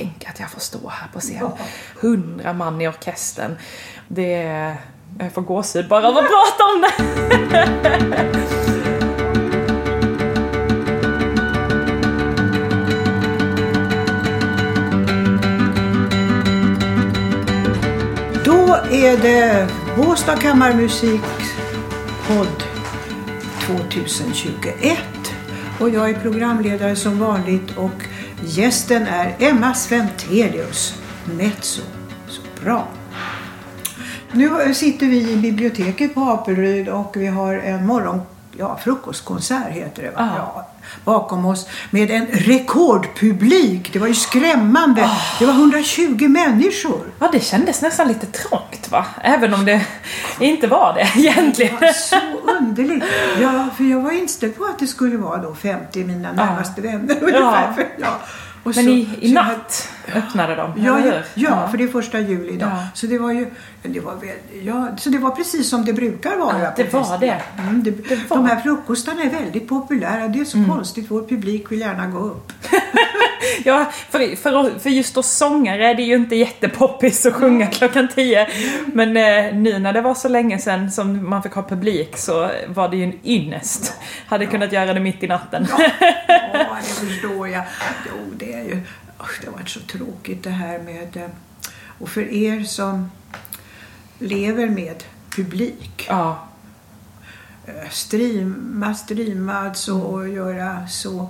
tänk att jag får stå här på scen. 100 man i orkestern. Jag får gåshud bara av att prata om det. Då är det Båstad Kammarmusik podd 2021 och jag är programledare som vanligt och gästen är Emma Sventelius, mezzo, så bra. Nu sitter vi i biblioteket på Apelryd och vi har en frukostkonsert heter det va? Ja, bakom oss med en rekordpublik. Det var ju skrämmande. Det var 120 människor. Ja, det kändes nästan lite trångt va? Även om det inte var det egentligen. Det var så underligt. Ja, för jag var inställd på att det skulle vara då 50 mina närmaste vänner ungefär. Ja. Och men så, i natt öppnade de. Ja, för det är 1 juli idag. Ja. Så det var ju så det var precis som det brukar vara. Ja, det var det. De här frukostarna är väldigt populära. Det är så konstigt. Vår publik vill gärna gå upp. Ja, för just då sångare är det ju inte jättepoppis att sjunga klockan 10. Men nu när det var så länge sedan som man fick ha publik så var det ju en ynnest. Hade kunnat göra det mitt i natten. Ja, det förstår jag. Jo, det är ju... det har varit så tråkigt det här med... Och för er som lever med publik. Ja. Streama alltså och göra så...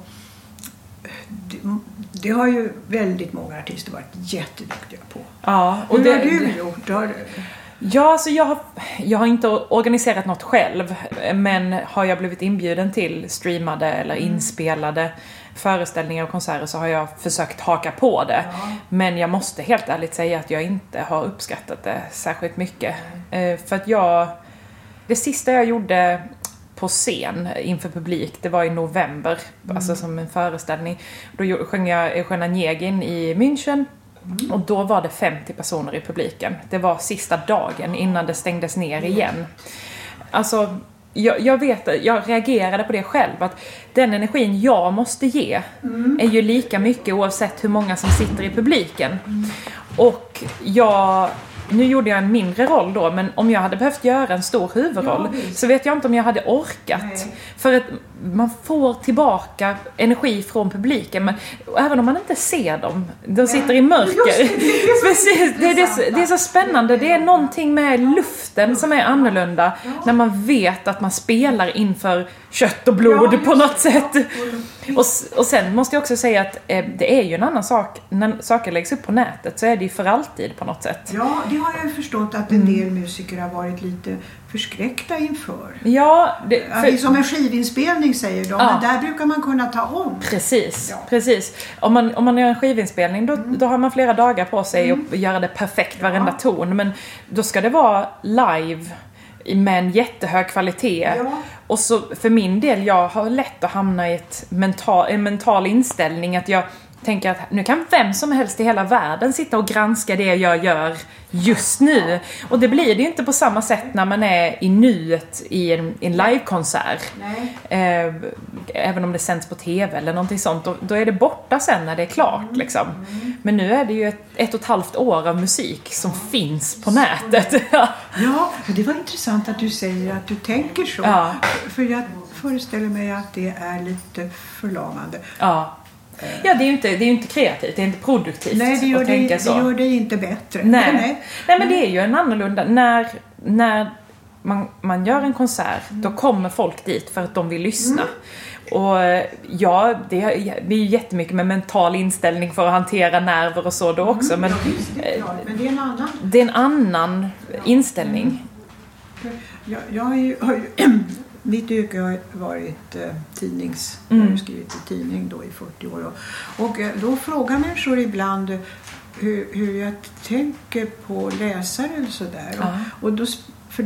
Det har ju väldigt många artister varit jätteduktiga på. Ja, och hur har du gjort? Ja, så jag har inte organiserat något själv, men har jag blivit inbjuden till streamade eller inspelade föreställningar och konserter så har jag försökt haka på det. Ja. Men jag måste helt ärligt säga att jag inte har uppskattat det särskilt mycket. För att det sista jag gjorde på scen inför publik, det var i november, alltså som en föreställning. Då sjöng jag Eugenia Onegin i München. Och då var det 50 personer i publiken. Det var sista dagen innan det stängdes ner igen. Alltså, jag reagerade på det själv. Att den energin jag måste ge är ju lika mycket oavsett hur många som sitter i publiken. Och nu gjorde jag en mindre roll då, men om jag hade behövt göra en stor huvudroll så vet jag inte om jag hade orkat. Nej. För att man får tillbaka energi från publiken, men även om man inte ser dem, de sitter i mörker. Det är så spännande. Det är någonting med luften som är annorlunda när man vet att man spelar inför kött och blod på något sätt. Och sen måste jag också säga att det är ju en annan sak. När saker läggs upp på nätet så är det ju för alltid på något sätt. Ja, det har jag förstått att en del musiker har varit lite förskräckta inför. Ja, det är som en skivinspelning säger de, men där brukar man kunna ta om. Precis. Om man gör en skivinspelning då har man flera dagar på sig att göra det perfekt varenda ton, men då ska det vara live med en jättehög kvalitet. Ja. Och så för min del, jag har lätt att hamna i en mental inställning att jag tänker att nu kan vem som helst i hela världen sitta och granska det jag gör just nu. Och det blir det ju inte på samma sätt när man är i nuet i en livekonsert. Även om det sänds på tv eller någonting sånt. Då är det borta sen när det är klart. Liksom. Men nu är det ju ett och ett halvt år av musik som finns på nätet. Ja, det var intressant att du säger att du tänker så. Ja. För jag föreställer mig att det är lite förlamande. Ja. Ja, det är ju inte kreativt, det är inte produktivt. Nej, det gör det inte bättre. Nej, men det är ju en annorlunda. När man gör en konsert, då kommer folk dit för att de vill lyssna. Och det är ju jättemycket med mental inställning för att hantera nerver och så då också. Men det är en annan. Det är en annan inställning. Jag har ju mitt yrke har varit jag har skrivit i tidning då i 40 år. Och då frågar människor ibland hur jag tänker på läsare och sådär. Och då, för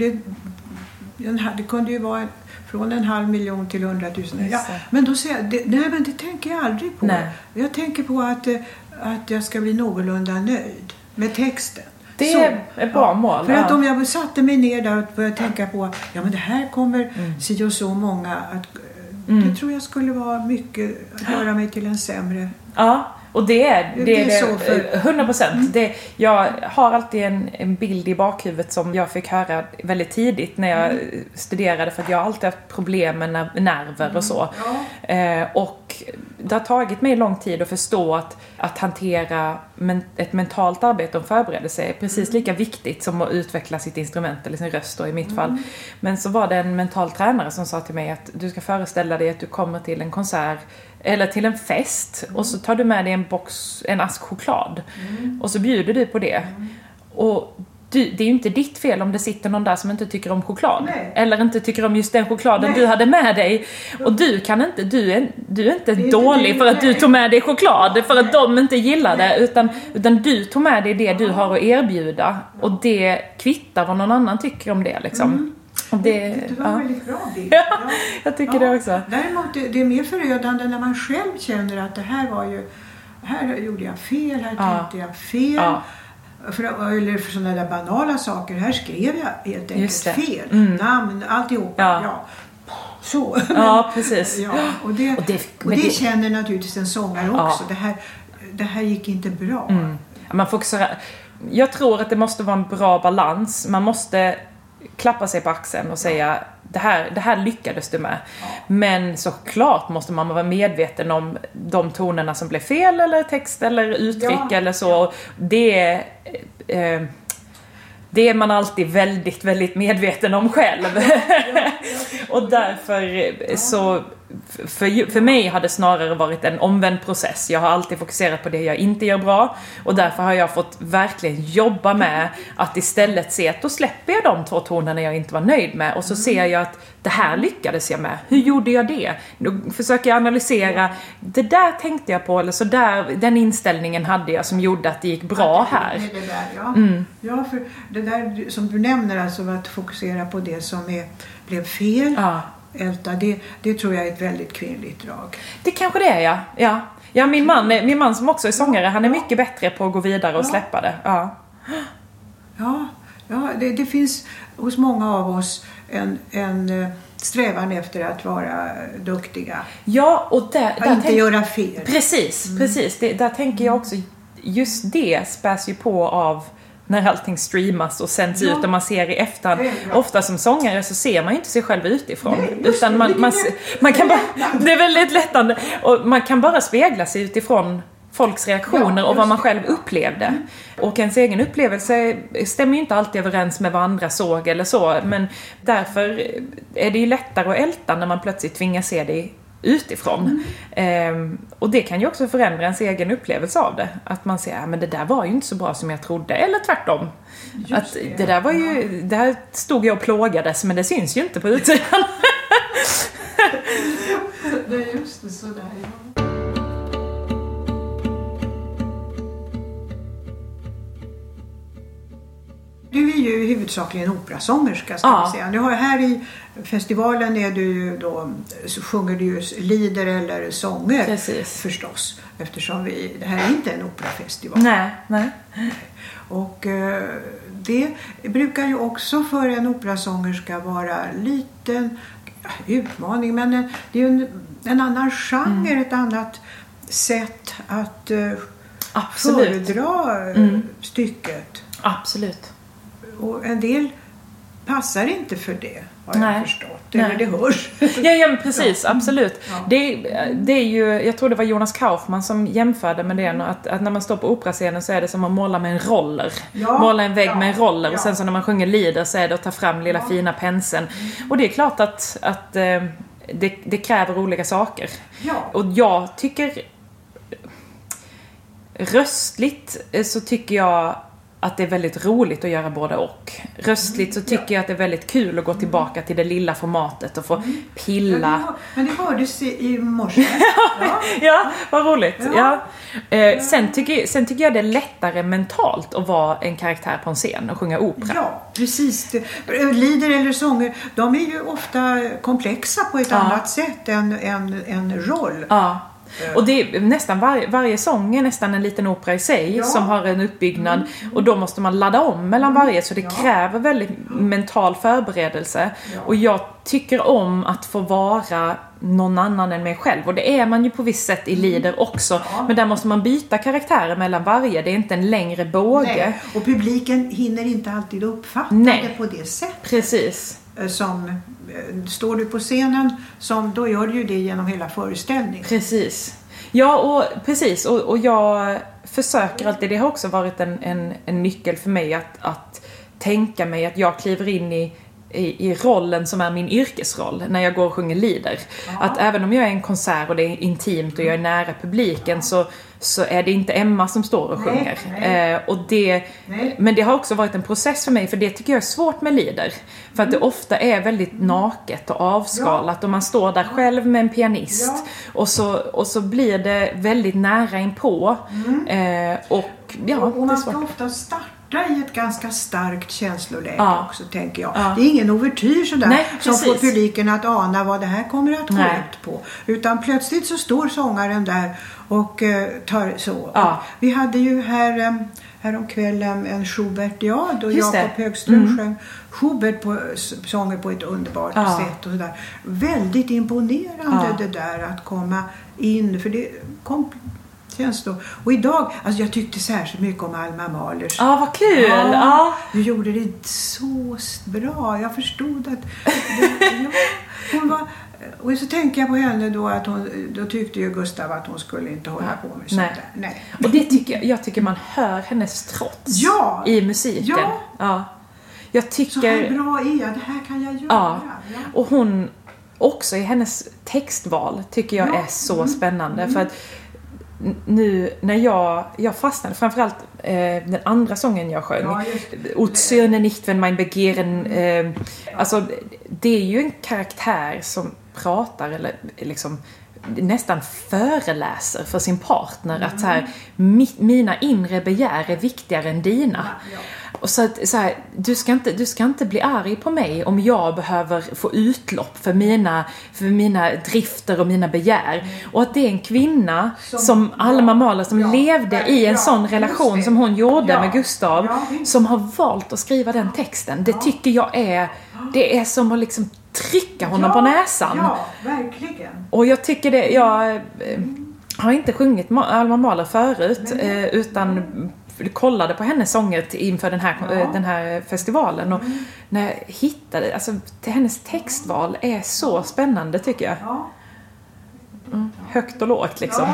det kunde ju vara från 500 000 till 100 000. Ja, men då säger jag, men det tänker jag aldrig på. Nej. Jag tänker på att jag ska bli någorlunda nöjd med texten. Det är ett bra mål. För att om jag satte mig ner där och började tänka på men det här kommer si och så många att det tror jag skulle vara mycket att göra mig till en sämre Och det är så för... 100%. Jag har alltid en bild i bakhuvudet som jag fick höra väldigt tidigt när jag studerade, för att jag har alltid haft problem med nerver och så. Och det har tagit mig lång tid att förstå att hantera ett mentalt arbete och förberedelse är precis lika viktigt som att utveckla sitt instrument eller sin röst då, i mitt fall. Men så var det en mental tränare som sa till mig att du ska föreställa dig att du kommer till en konsert eller till en fest och så tar du med dig en ask choklad och så bjuder du på det. Och det är ju inte ditt fel om det sitter någon där som inte tycker om choklad. Nej. Eller inte tycker om just den chokladen du hade med dig. Och du är inte dålig för att du tog med dig choklad, för att de inte gillar det, utan du tog med dig det du har att erbjuda. Och det kvittar vad någon annan tycker om det liksom. Och det var en väldigt bra bild. Ja, jag tycker det också. Däremot det är mer förödande när man själv känner att det här gjorde jag fel, här tänkte jag fel. Eller för sådana där banala saker. Här skrev jag helt enkelt fel. Namn, alltihopa. Så. Ja, precis. Och det känner naturligtvis en sångare också. Det här gick inte bra. Man får också, jag tror att det måste vara en bra balans. Man måste klappa sig på axeln och säga det här lyckades du med. Men såklart måste man vara medveten om de tonerna som blev fel, eller text eller uttryck eller så. Det är man alltid väldigt, väldigt medveten om själv. Och därför så för mig har det snarare varit en omvänd process. Jag har alltid fokuserat på det jag inte gör bra, och därför har jag fått verkligen jobba med att istället se att då släpper jag de 2 tonerna jag inte var nöjd med, och så ser jag att det här lyckades jag med. Hur gjorde jag det? Då försöker jag analysera, det där tänkte jag på, eller så där, den inställningen hade jag som gjorde att det gick bra här. Ja, för det där som du nämner, alltså att fokusera på det som blev fel. Det tror jag är ett väldigt kvinnligt drag. Det kanske det är, ja, min man som också är sångare, han är mycket bättre på att gå vidare och släppa det. Det finns hos många av oss en strävan efter att vara duktiga. Ja, och där inte göra fel. Precis. Där tänker jag också, just det späs ju på av när allting streamas och sänds ut och man ser i efterhand. Ofta som sångare så ser man ju inte sig själv utifrån. Utan man kan bara, det är väldigt lättande. Och man kan bara spegla sig utifrån folks reaktioner och vad man själv upplevde. Och ens egen upplevelse stämmer ju inte alltid överens med vad andra såg eller så. Men därför är det ju lättare att älta när man plötsligt tvingas se det utifrån. Och det kan ju också förändra ens egen upplevelse av det. Att man säger, men det där var ju inte så bra som jag trodde. Eller tvärtom. Det där var ju, där stod jag och plågades, men det syns ju inte på utsidan. Det är just det, sådär. Du är ju huvudsakligen operasångerska, ska vi säga. Nu har här i festivalen är du då, så sjunger du ju lieder eller sånger. Förstås. Eftersom det här är inte en operafestival. Nej. Och det brukar ju också för en operasångerska vara liten utmaning. Men det är ju en annan genre, ett annat sätt att föredra stycket. Absolut. Och en del passar inte för det, har jag förstått. Eller det hörs. Ja, men precis, absolut. Det är ju, jag tror det var Jonas Kaufman som jämförde med det, att när man står på operascenen så är det som att måla med en roller. Måla en vägg med en roller. Och sen så när man sjunger lieder så är det att ta fram lilla fina penseln. Och det är klart att det kräver olika saker. Och jag tycker röstligt så tycker jag att det är väldigt roligt att göra både och. Röstligt så tycker jag att det är väldigt kul att gå tillbaka till det lilla formatet och få pilla. Men det hördes i morse. Ja, vad roligt. Ja. Sen tycker jag det är lättare mentalt att vara en karaktär på en scen och sjunga opera. Ja, precis. Lieder eller sånger, de är ju ofta komplexa på ett annat sätt än en roll. Ja. Och det är nästan varje sång är nästan en liten opera i sig som har en uppbyggnad. Och då måste man ladda om mellan varje, så det kräver väldigt mental förberedelse. Och jag tycker om att få vara någon annan än mig själv. Och det är man ju på visst sätt i Lieder också. Men där måste man byta karaktärer mellan varje. Det är inte en längre båge. Nej. Och publiken hinner inte alltid uppfatta det på det sättet. Precis. Som står du på scenen, då gör du ju det genom hela föreställningen. Precis. Ja, och precis. Och jag försöker alltid, det har också varit en nyckel för mig att tänka mig att jag kliver in i rollen som är min yrkesroll när jag går och sjunger lieder. Att även om jag är en konsert och det är intimt och jag är nära publiken så är det inte Emma som står och sjunger. Men det har också varit en process för mig, för det tycker jag är svårt med lieder. För att det ofta är väldigt naket och avskalat och man står där själv med en pianist och så blir det väldigt nära inpå. Och man ska ofta starta i ett ganska starkt känsloläge också, tänker jag. Det är ingen ouvertyr sådär som får publiken att ana vad det här kommer att gå ut på. Utan plötsligt så står sångaren där och tar så. Vi hade ju häromkvällen en Schubert-diad och Jakob Högström sjöng Schubert sånger på ett underbart sätt och sådär. Väldigt imponerande det där att komma in, för det kom känns då. Och idag, alltså jag tyckte särskilt mycket om Alma Mahlers. Vad kul! Du gjorde det så bra. Jag förstod att hon var. Och så tänker jag på henne då att då tyckte ju Gustav att hon skulle inte hålla på med sånt där. Nej. Och det jag tycker man hör hennes trots i musiken. Jag tycker, så här bra är jag, det här kan jag göra. Och hon också i hennes textval tycker jag är så spännande. För att nu när jag fastnade framförallt den andra sången jag sjöng, Utsöne nicht wenn mein Begehren, alltså det är ju en karaktär som pratar eller liksom nästan föreläser för sin partner att så här, mina inre begär är viktigare än dina. Och så här, du ska inte bli arg på mig om jag behöver få utlopp för mina drifter och mina begär. Och att det är en kvinna som Alma Mahler som levde i en sån relation som hon gjorde med Gustav, som har valt att skriva den texten. Det tycker jag det är som att liksom trycka honom på näsan. Ja, verkligen. Och jag tycker det, jag har inte sjungit Alma Mahler förut, utan kollade på hennes sånger inför den här festivalen, och när jag hittade, alltså till hennes textval är så spännande tycker jag. Högt och lågt liksom.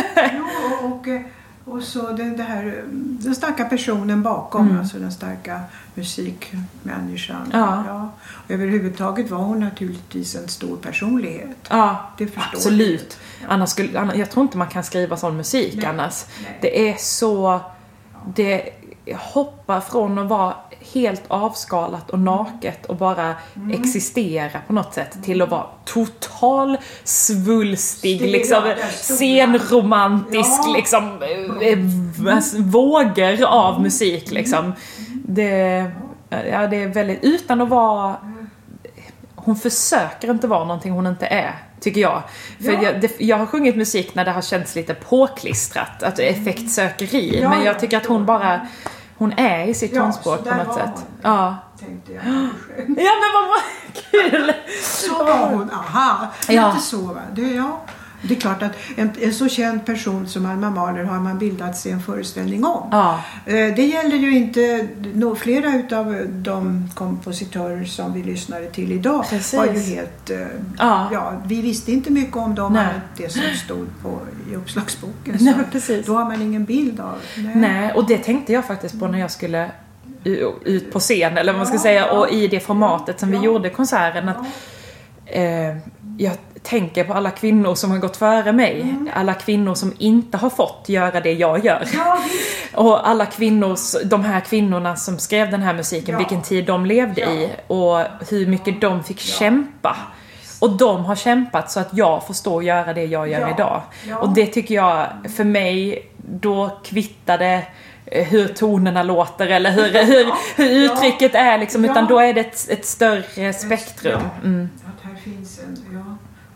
Och så den starka personen bakom, alltså den starka musikmänniskan. Och överhuvudtaget var hon naturligtvis en stor personlighet. Det förstår absolut. Annars jag tror inte man kan skriva sån musik annars. Nej. Det är så, det hoppar från att vara helt avskalat och naket och bara existera på något sätt till att vara total svulstig, liksom scenromantisk, liksom vågor av musik liksom. Det är väldigt, utan att vara, hon försöker inte vara någonting hon inte är, tycker jag. För jag har sjungit musik när det har känts lite påklistrat, att effektsökeri, men jag tycker att hon är i sitt tonspråk på något sätt. Tänkte jag. Men vad kul! Så var hon, inte så va? Det är klart att en så känd person som Alma Mahler har man bildat sig en föreställning om. Det gäller ju inte flera utav de kompositörer som vi lyssnade till idag. Precis. Var ju helt vi visste inte mycket om dem, det som stod i uppslagsboken. Nej, precis. Då har man ingen bild av. Nej, och det tänkte jag faktiskt på när jag skulle ut på scen, eller vad man ska säga, och i det formatet som vi gjorde konserten, att jag tänker på alla kvinnor som har gått före mig, alla kvinnor som inte har fått göra det jag gör, och alla de här kvinnorna som skrev den här musiken, vilken tid de levde i och hur mycket de fick kämpa, och de har kämpat så att jag får stå och göra det jag gör idag. Och det tycker jag, för mig, då kvittade hur tonerna låter eller hur uttrycket är liksom, utan då är det ett större spektrum. Att här finns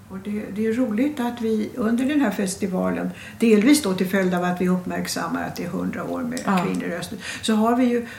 Och det är roligt att vi under den här festivalen, delvis då till följd av att vi uppmärksammar att det är 100 år med kvinnlig röst, så har vi ju,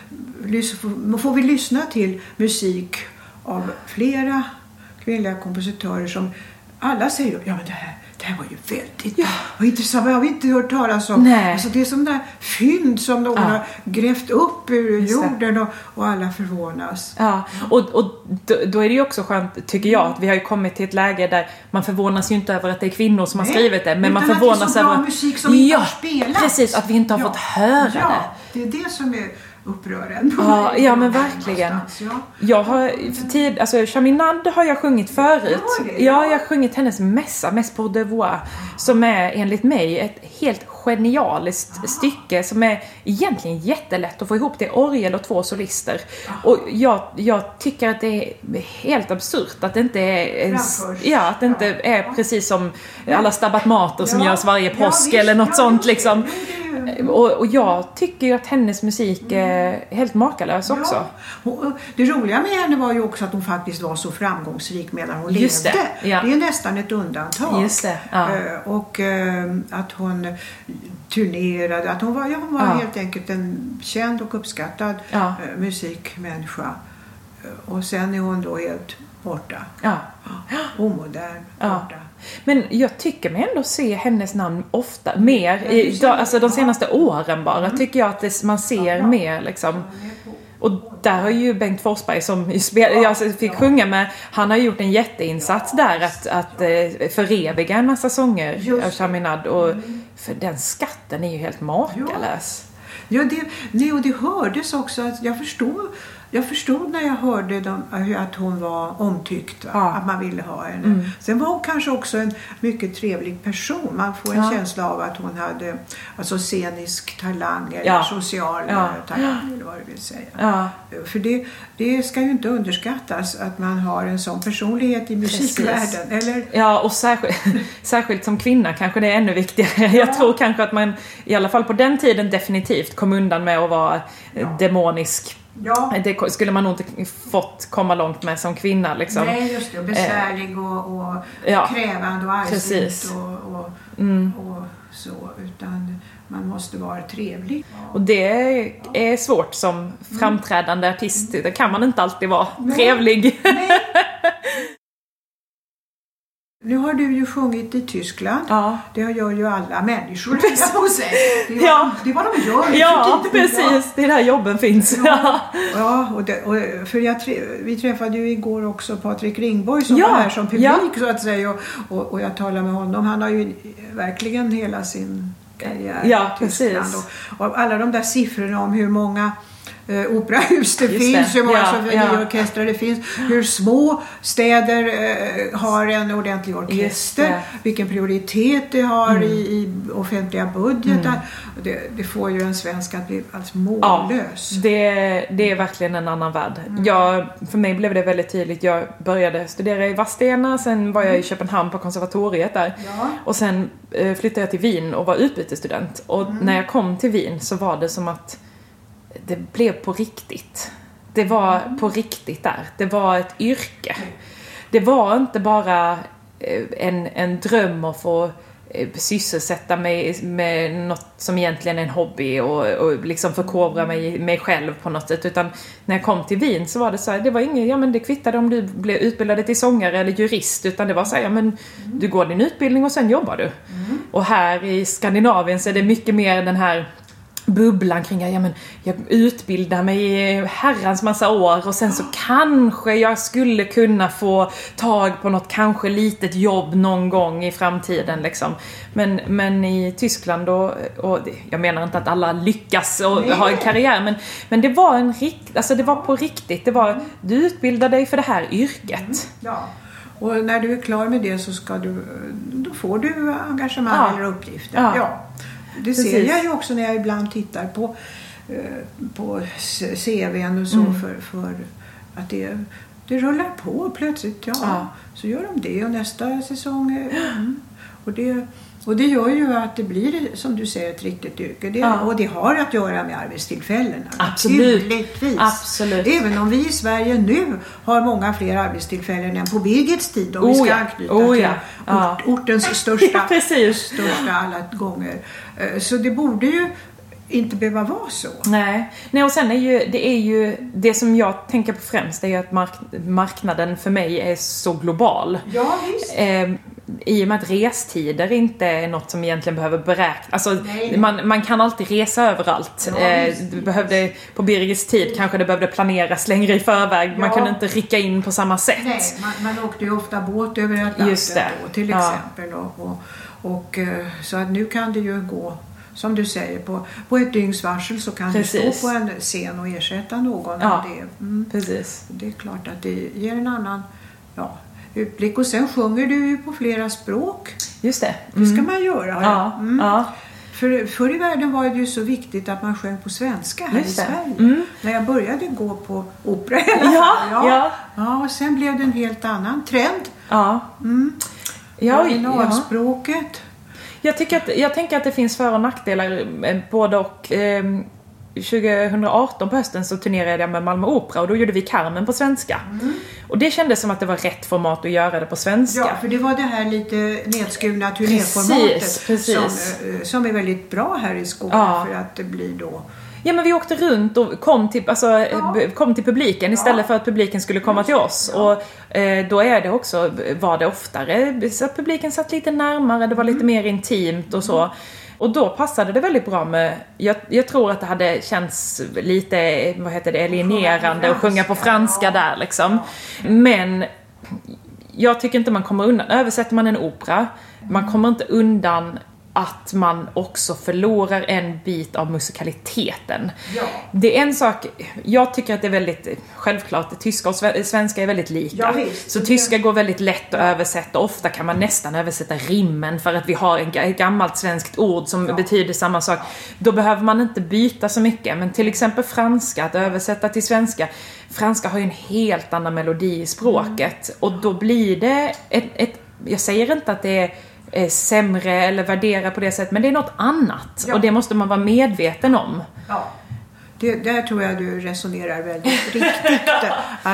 får vi lyssna till musik av flera kvinnliga kompositörer som alla säger, ja men det här var ju väldigt och intressant, vad har vi inte hört talas om. Alltså det är som där fynd som någon har grävt upp ur jorden och alla förvånas. Ja, och då är det ju också skönt, tycker jag, att vi har ju kommit till ett läge där man förvånas ju inte över att det är kvinnor som har skrivit det, men man förvånas över att musik som inte har spelats. Precis, att vi inte har fått höra det. Det är det som är upprörande. Ja, men verkligen. Jag har Chaminade har jag sjungit förut. Jag har sjungit hennes mässa, Mess pour devoir, som är enligt mig ett helt genialiskt stycke som är egentligen jättelätt att få ihop. Det är orgel och 2 solister. Och jag tycker att det är helt absurt att det inte är att det inte är precis som alla Stabat Mater som görs varje påsk eller något sånt liksom. Och jag tycker att hennes musik är helt makalös också. Det roliga med henne var ju också att hon faktiskt var så framgångsrik medan hon levde. Det är nästan ett undantag. Just det. Ja. Och att hon turnerade, att hon var helt enkelt en känd och uppskattad musikmänniska. Och sen är hon då helt borta. Omodern, borta. Men jag tycker mig ändå se hennes namn ofta mer alltså de senaste åren bara tycker jag att man ser mer liksom. Och där har ju Bengt Forsberg som jag fick sjunga med, han har gjort en jätteinsats där att föreviga en massa sånger av Chaminade, och för den skatten är ju helt makalös. Ja, det hördes också att jag förstod när jag hörde att hon var omtyckt, att man ville ha henne. Sen var hon kanske också en mycket trevlig person. Man får en känsla av att hon hade alltså scenisk talang eller social talang eller vad du vill säga. För det ska ju inte underskattas att man har en sån personlighet i musikvärlden. Eller? Ja, och särskilt som kvinna kanske det är ännu viktigare. Jag tror kanske att man i alla fall på den tiden definitivt kom undan med att vara demonisk. Ja. Det skulle man nog inte fått komma långt med som kvinna liksom. Nej, just det. Besvärlig och krävande och argsint och så. Utan man måste vara trevlig. Och det är svårt som framträdande artist. Det kan man inte alltid vara trevlig. Nej. Nu har du ju sjungit i Tyskland. Ja. Det gör ju alla människor. Det är vad de gör. Ja, precis. Det är där jobben finns. Vi träffade ju igår också Patrik Ringborg som var här som publik så att säga. Och jag talade med honom. Han har ju verkligen hela sin karriär i Tyskland. Och alla de där siffrorna om hur många operahus det finns, hur många symfoniorkestrar det finns, hur små städer har en ordentlig orkester, vilken prioritet det har i offentliga budgetar. Det får ju en svensk att bli alldeles mållös. Ja, det är verkligen en annan värld. För mig blev det väldigt tydligt. Jag började studera i Vadstena, sen var jag i Köpenhamn på konservatoriet där. Och sen flyttade jag till Wien och var utbytesstudent. Och när jag kom till Wien så var det som att det blev på riktigt. Det var på riktigt där. Det var ett yrke. Det var inte bara en dröm att få sysselsätta mig med något som egentligen är en hobby och liksom förkovra mig själv på något sätt, utan när jag kom till Wien så var det så här, det var inget, det kvittade om du blev utbildad till sångare eller jurist, utan det var så här, du går din utbildning och sen jobbar du. Och här i Skandinavien så är det mycket mer den här bubblan kring jag utbildar mig i herrans massa år och sen så kanske jag skulle kunna få tag på något kanske litet jobb någon gång i framtiden liksom. Men i Tyskland och jag menar inte att alla lyckas och har en karriär, men det var det var på riktigt. Det var, du utbildar dig för det här yrket. Ja. Och när du är klar med det så då får du engagemang eller uppgifter. Ja. Det ser jag ju också när jag ibland tittar på CV:n och så för att det rullar på plötsligt. Så gör de det och nästa säsong och Och det gör ju att det blir, som du säger, ett riktigt yrke. Och det har att göra med arbetstillfällena. Absolut. Även om vi i Sverige nu har många fler arbetstillfällen än på Birgits tid. Om vi ska anknyta till ortens största alla gånger. Så det borde ju inte behöva vara så. Nej, och sen är ju det som jag tänker på främst är ju att marknaden för mig är så global. Ja, visst. I och med att restider inte är något som egentligen behöver beräknas. Alltså, man kan alltid resa överallt. Du behövde, på Birgits tid kanske det behövde planeras längre i förväg. Man kunde inte rycka in på samma sätt. Nej, man åkte ju ofta båt över Atlanten då, till exempel. Och så att nu kan det ju gå, som du säger, på ett dygns varsel så kan du stå på en scen och ersätta någon av det. Precis. Det är klart att det ger en annan utblick. Och sen sjunger du ju på flera språk. Just det. Det ska man göra. Ja. Förr i världen var det ju så viktigt att man sjöng på svenska här i Sverige. När jag började gå på opera i alla fall. Ja, och sen blev det en helt annan trend. Originalspråket. Jag tänker att det finns för- och nackdelar både och. 2018 på hösten så turnerade jag med Malmö Opera och då gjorde vi Carmen på svenska. Och det kändes som att det var rätt format att göra det på svenska. Ja, för det var det här lite nedskurna turnéformatet som är väldigt bra här i skolan för att det blir då... Ja, men vi åkte runt och kom till publiken istället för att publiken skulle komma till oss. Och då var det oftare så att publiken satt lite närmare, det var lite mer intimt och så. Och då passade det väldigt bra med, jag tror att det hade känts lite, alienerande att sjunga på franska där liksom. Men jag tycker inte man kommer undan, översätter man en opera, man kommer inte undan att man också förlorar en bit av musikaliteten. Ja. Det är en sak, jag tycker att det är väldigt självklart, tyska och svenska är väldigt lika. Ja, visst. Så tyska går väldigt lätt att översätta. Ofta kan man nästan översätta rimmen för att vi har ett gammalt svenskt ord som betyder samma sak. Då behöver man inte byta så mycket. Men till exempel franska, att översätta till svenska. Franska har ju en helt annan melodi i språket. Och då blir det jag säger inte att det är sämre eller värdera på det sättet, men det är något annat och det måste man vara medveten om. Ja. Där tror jag du resonerar väldigt riktigt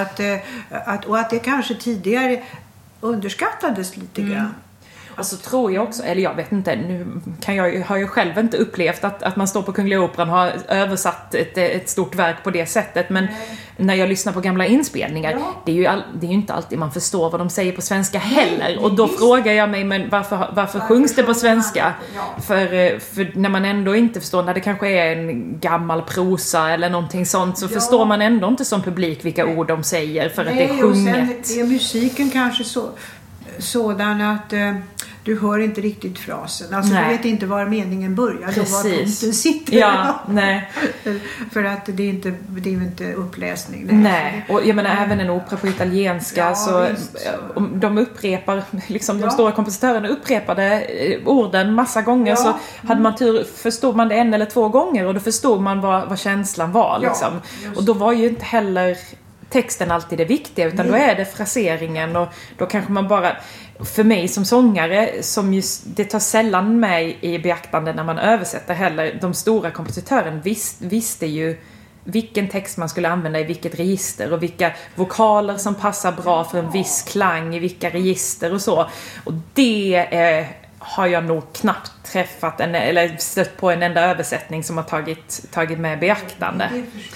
att det kanske tidigare underskattades lite grann. Och så tror jag också, eller jag vet inte, nu har jag själv inte upplevt att man står på Kungliga Operan och har översatt ett stort verk på det sättet, men när jag lyssnar på gamla inspelningar, det är ju inte alltid man förstår vad de säger på svenska heller, och då frågar jag mig, men varför sjungs det på svenska? För när man ändå inte förstår, när det kanske är en gammal prosa eller någonting sånt, så förstår man ändå inte som publik vilka ord de säger för att det är sjunget. Och sen är musiken kanske sådan att du hör inte riktigt frasen. Alltså du vet inte var meningen börjar och var punkten sitter. Ja, nej. För att det är ju inte uppläsning. Nej, och jag menar även en opera på italienska så de upprepar, liksom de stora kompositörerna upprepade orden massa gånger, så hade man tur förstod man det en eller två gånger och då förstod man vad känslan var liksom. Och då var ju inte heller texten alltid det viktiga, utan då är det fraseringen, och då kanske man bara, för mig som sångare, det tar sällan med i beaktande när man översätter heller. De stora kompositören visste ju vilken text man skulle använda i vilket register och vilka vokaler som passar bra för en viss klang i vilka register och så. Och det har jag nog knappt träffat eller stött på en enda översättning som har tagit med beaktande.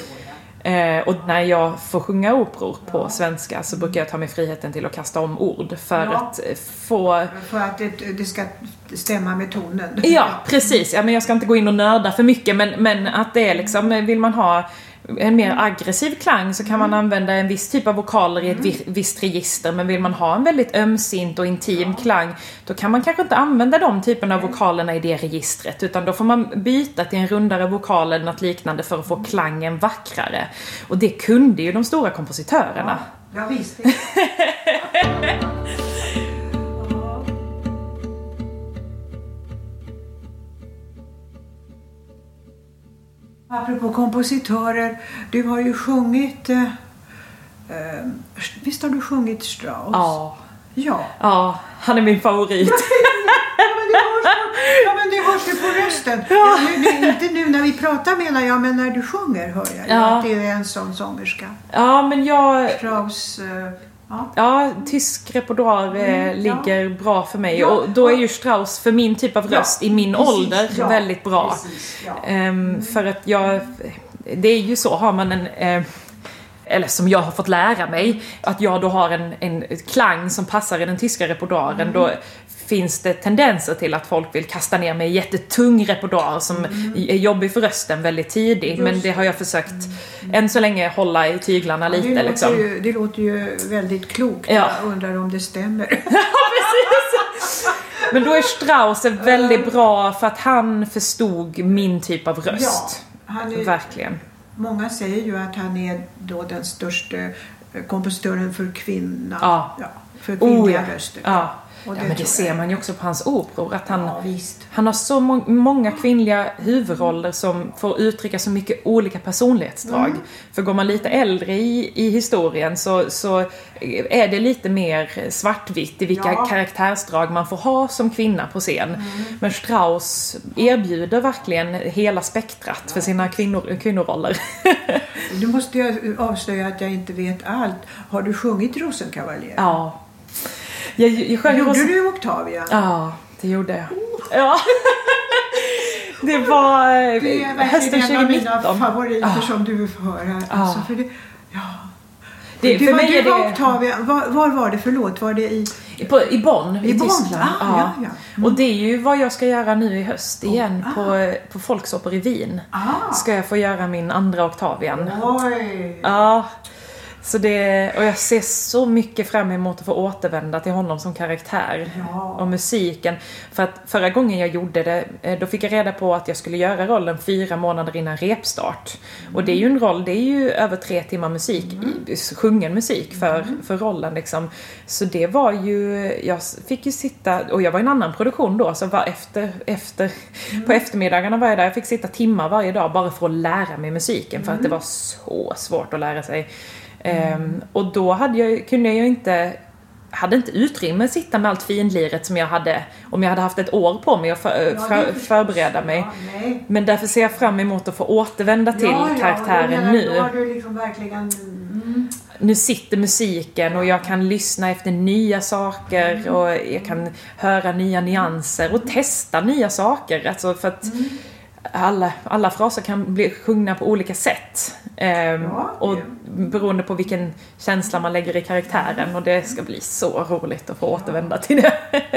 Och när jag får sjunga operor på svenska så brukar jag ta mig friheten till att kasta om ord för att det ska stämma med tonen. Ja, precis. Ja, men jag ska inte gå in och nörda för mycket, men att det är liksom, vill man ha en mer aggressiv klang så kan man använda en viss typ av vokaler i ett visst register, men vill man ha en väldigt ömsint och intim klang, då kan man kanske inte använda de typerna av vokalerna i det registret, utan då får man byta till en rundare vokal eller något liknande för att få klangen vackrare. Och det kunde ju de stora kompositörerna. Ja, visst. Apropå kompositörer, du har ju sjungit, visst har du sjungit Strauss? Ja, han är min favorit. du på rösten. Ja, inte nu när vi pratar menar jag, men när du sjunger hör jag att det är en sån sångerska. Ja, men jag... Strauss... Ja, tysk repertoar ligger bra för mig. Och då är ju Strauss för min typ av röst i min ålder väldigt bra. För att det är ju så, har man en... eller som jag har fått lära mig, att jag då har en klang som passar i den tyska repertoaren, då finns det tendenser till att folk vill kasta ner mig i jättetung repertoar som är jobbig för rösten väldigt tidigt. Men det har jag försökt än så länge hålla i tyglarna lite. Det låter ju väldigt klokt. Jag undrar om det stämmer. Ja, precis. Men då är Strauss väldigt bra för att han förstod min typ av röst. Ja, verkligen. Många säger ju att han är då den största kompositören för kvinna. För kvinnliga röster. Ja, men det ser man ju också på hans operor. Att han har så många kvinnliga huvudroller som får uttrycka så mycket olika personlighetsdrag. För går man lite äldre i historien så är det lite mer svartvitt i vilka karaktärsdrag man får ha som kvinna på scen. Men Strauss erbjuder verkligen hela spektrat för sina kvinnoroller. Nu måste jag avslöja att jag inte vet allt. Har du sjungit Rosenkavalier? Ja. Gjorde du Octavia? Ja, det gjorde jag. Ja. Det var hösten 2019. Det är en av mina favoriter som du får höra. Alltså, för det, för mig är det Octavia. Var var det? Förlåt, var det i Bonn i Tyskland. Ja. Och det är ju vad jag ska göra nu i höst igen på Folksopor i Wien. Ska jag få göra min andra Octavian. Oj. Ja. Så och jag ser så mycket fram emot att få återvända till honom som karaktär och musiken. För att förra gången jag gjorde det, då fick jag reda på att jag skulle göra rollen 4 månader innan repstart. Och det är ju en roll, det är ju över 3 timmar musik, sjungen musik för rollen liksom. Så det var ju, jag fick ju sitta, och jag var i en annan produktion då, så var på eftermiddagarna varje dag, jag fick sitta timmar varje dag bara för att lära mig musiken, för att det var så svårt att lära sig. Och då hade inte utrymme att sitta med allt finliret som jag hade om jag hade haft ett år på mig att förbereda mig. Men därför ser jag fram emot att få återvända till karaktären nu. Då har du liksom verkligen... Nu sitter musiken och jag kan lyssna efter nya saker och jag kan höra nya nyanser och testa nya saker. Alltså för att alla fraser kan bli sjungna på olika sätt. Och beroende på vilken känsla man lägger i karaktären. Och det ska bli så roligt att få återvända till det.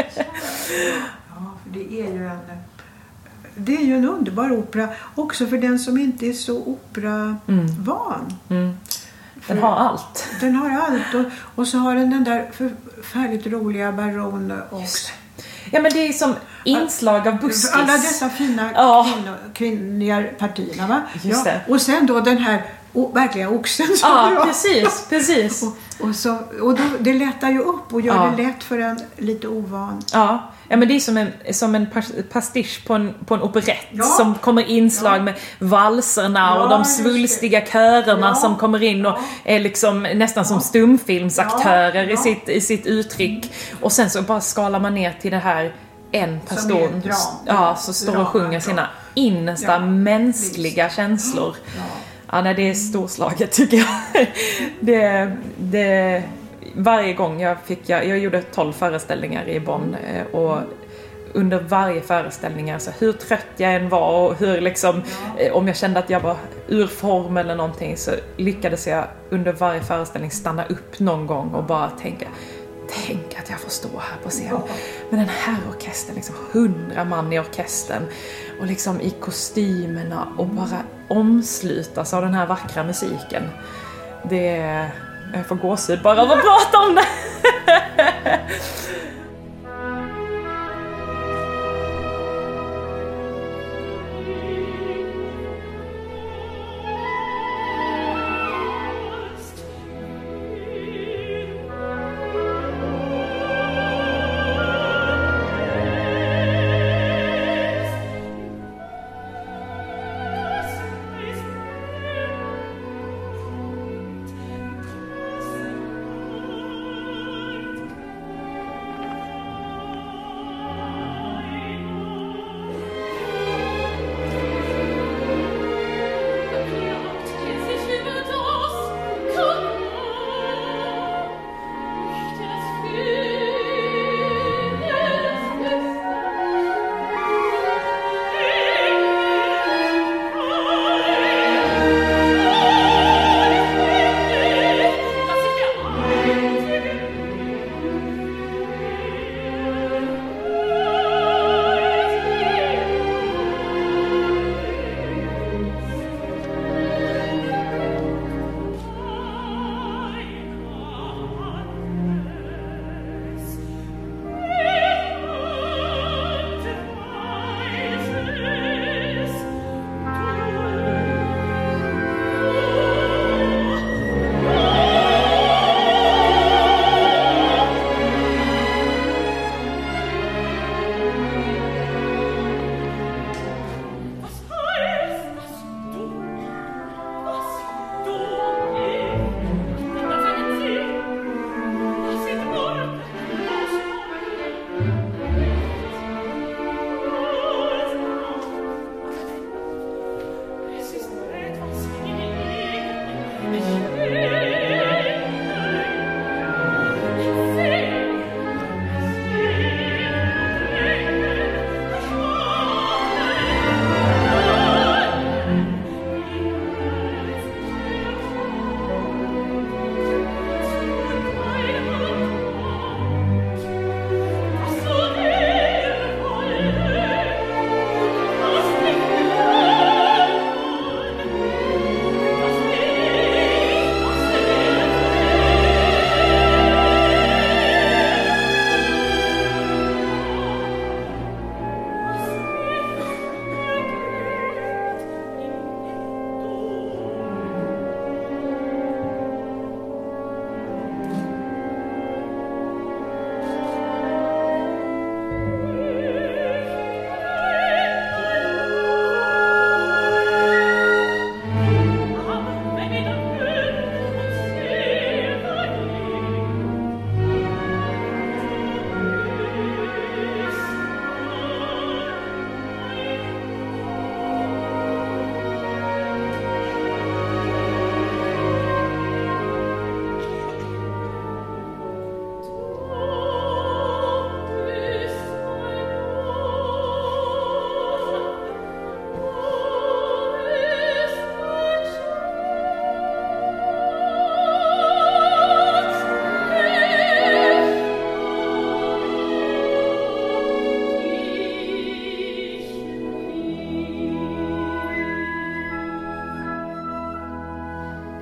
Det är ju en underbar opera. Också för den som inte är så operavan. Den har allt. Den har allt. Och så har den där förfärligt roliga baron också. Ja, men det är som inslag av buskis. Alla dessa fina kvinnliga partierna, va? Just det. Och sen då den här verkliga oxen. Precis. Och då, det lättar ju upp och gör det lätt för en lite ovan. Ja, men det är som en pastisch på en operett som kommer inslag med valserna och de svulstiga körerna som kommer in och är liksom nästan som stumfilmsaktörer i sitt uttryck. Och sen så bara skalar man ner till det här en person så står och sjunger sina innersta mänskliga känslor. Ja, nej, det är storslaget tycker jag. Det varje gång jag gjorde 12 föreställningar i Bonn och under varje föreställning, alltså hur trött jag än var och hur liksom, om jag kände att jag var ur form eller någonting, så lyckades jag under varje föreställning stanna upp någon gång och bara tänka att jag får stå här på scen med den här orkestern, liksom 100 man i orkestern och liksom i kostymerna och bara omslutas av den här vackra musiken. Jag får gåshud bara av att prata om det.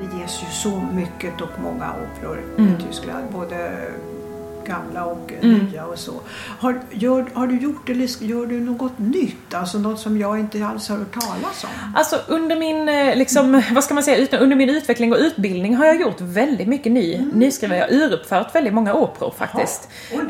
det ges ju så mycket och många operor i Tyskland, både gamla och nya och så. Har du gjort eller gör du något nytt? Alltså något som jag inte alls har hört talas om? Alltså under min, vad ska man säga, under min utveckling och utbildning har jag gjort väldigt mycket nyskriven. Jag har uruppfört väldigt många operor faktiskt.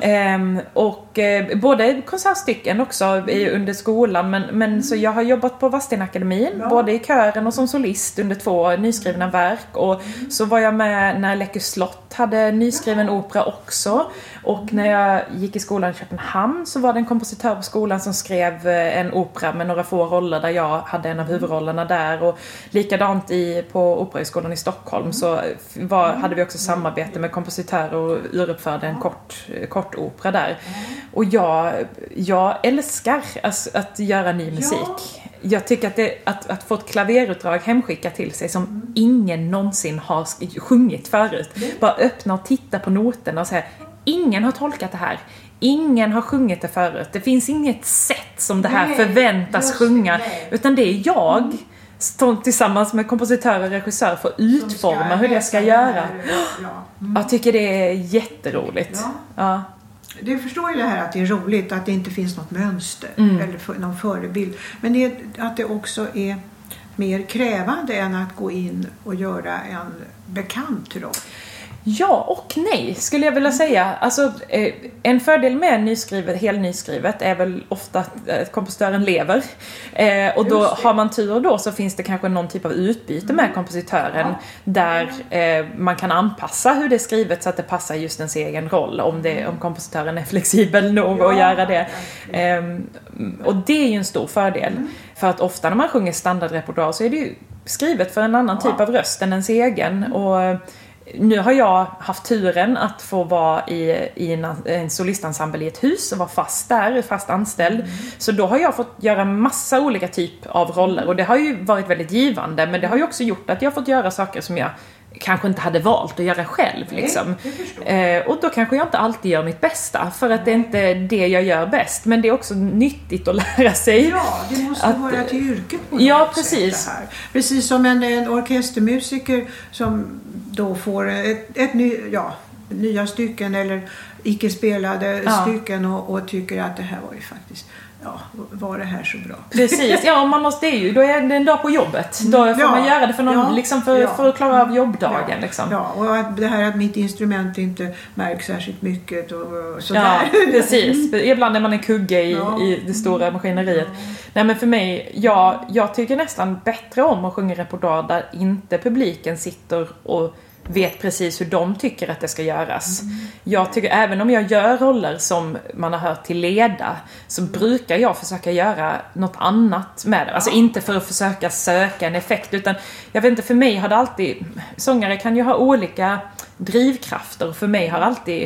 Både konsertstycken också under skolan, men så jag har jobbat på Vadstena-akademin, både i kören och som solist under 2 nyskrivna verk. Och så var jag med när Läckö slott hade nyskriven opera också. Och när jag gick i skolan i Köpenhamn så var det en kompositör på skolan som skrev en opera med några få roller där jag hade en av huvudrollerna där. Och likadant på Operahögskolan i Stockholm så hade vi också samarbete med kompositörer och uruppförde en kort opera där. Och jag älskar att göra ny musik. Jag tycker att få ett klaverutdrag hemskickat till sig som ingen någonsin har sjungit förut. Bara öppna och titta på noterna och säga: ingen har tolkat det här. Ingen har sjungit det förut. Det finns inget sätt som det här förväntas sjunga. Utan det är jag som tillsammans med kompositörer och regissör får utforma hur det ska göra. Jag tycker det är jätteroligt. Ja. Du förstår ju det här att det är roligt att det inte finns något mönster eller någon förebild. Men att det också är mer krävande än att gå in och göra en bekant roll. Ja och nej skulle jag vilja säga. Alltså, en fördel med helnyskrivet är väl ofta att kompositören lever. Och då har man tur då så finns det kanske någon typ av utbyte med kompositören där man kan anpassa hur det är skrivet så att det passar just ens egen roll om kompositören är flexibel nog att göra det. Och det är ju en stor fördel. För att ofta när man sjunger standardrepertoar så är det ju skrivet för en annan typ av röst än ens egen. Och nu har jag haft turen att få vara i en solistensemble i ett hus och vara fast anställd. Så då har jag fått göra massa olika typ av roller och det har ju varit väldigt givande, men det har ju också gjort att jag har fått göra saker som jag kanske inte hade valt att göra själv liksom. Och då kanske jag inte alltid gör mitt bästa för att det är inte det jag gör bäst, men det är också nyttigt att lära sig. Ja, det måste höra till yrket på något precis. Sätt, det här. Precis som en orkestermusiker som då får nya stycken eller icke spelade stycken och tycker att det här var ju faktiskt var det här så bra. Precis, man måste då är det en dag på jobbet. Då får man göra det för någon, liksom för att klara av jobbdagen. Liksom. Ja, och att det här att mitt instrument inte märks särskilt mycket och sådär. Ja, precis. Ibland är man en kugge i det stora maskineriet. Nej, men för mig, jag tycker nästan bättre om att sjunga repertoar där inte publiken sitter och vet precis hur de tycker att det ska göras. Jag tycker, även om jag gör roller som man har hört till leda, så brukar jag försöka göra något annat med det. Alltså inte för att försöka söka en effekt, utan jag vet inte, för mig har det alltid, sångare kan ju ha olika drivkrafter, och för mig har alltid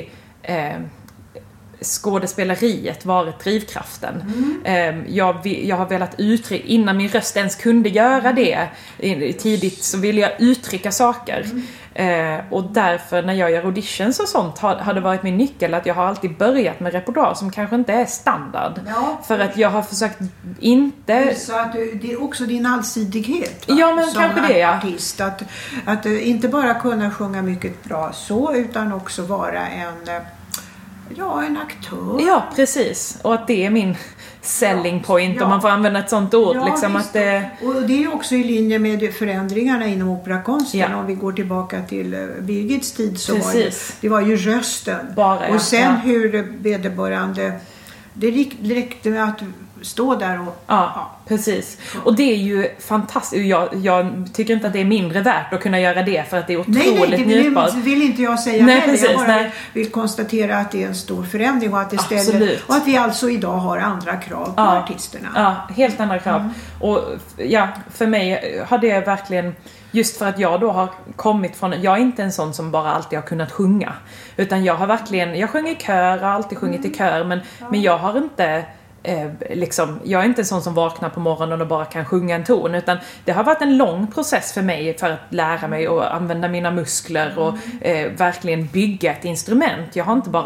skådespeleriet varit drivkraften. Jag har velat uttrycka, innan min röst ens kunde göra det tidigt, så ville jag uttrycka saker. Och därför när jag gör auditions och sånt har det varit min nyckel att jag har alltid börjat med repertoar som kanske inte är standard. För att jag har försökt inte... Så att det är också din allsidighet, ja, men som kanske det, artist. Att inte bara kunna sjunga mycket bra så, utan också vara en aktör. Ja, precis. Och att det är min selling point, om man får använda ett sånt ord. Ja, liksom, att och det är också i linje med förändringarna inom operakonsten. Ja. Om vi går tillbaka till Birgits tid så var ju rösten. Bara, och sen hur vederbörande... Det räckte med att stå där och... Ja, precis. Och det är ju fantastiskt. Jag tycker inte att det är mindre värt att kunna göra det, för att det är otroligt njutbart. Nej, det vill inte jag säga heller. Jag bara vill konstatera att det är en stor förändring och att det ställer, och att vi alltså idag har andra krav på artisterna. Ja, helt andra krav. Och för mig har det verkligen, just för att jag då har kommit från, jag är inte en sån som bara alltid har kunnat sjunga, utan jag sjunger i kör, har alltid sjungit i kör, men jag har inte jag är inte en sån som vaknar på morgonen och bara kan sjunga en ton, utan det har varit en lång process för mig för att lära mig att använda mina muskler och verkligen bygga ett instrument. Jag har inte bara